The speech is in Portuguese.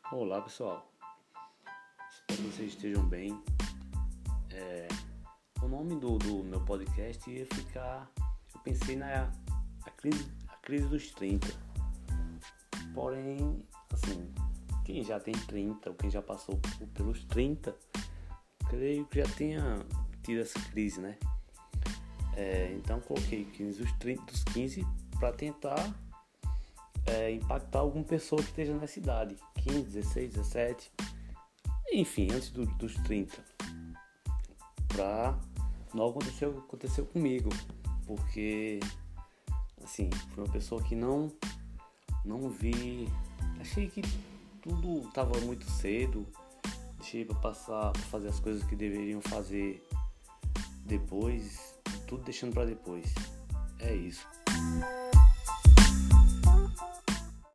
Olá pessoal, espero que vocês estejam bem. O nome do meu podcast ia ficar. Eu pensei a crise dos 30. Porém, assim, quem já tem 30 ou quem já passou pelos 30, creio que já tenha tido essa crise, né? Então coloquei 15, dos 15 para tentar impactar alguma pessoa que esteja nessa idade, 15, 16, 17, enfim, antes dos 30, pra não aconteceu comigo, porque assim, foi uma pessoa que não vi, achei que tudo estava muito cedo, deixei para passar, pra fazer as coisas que deveriam fazer depois, tudo deixando para depois. É isso.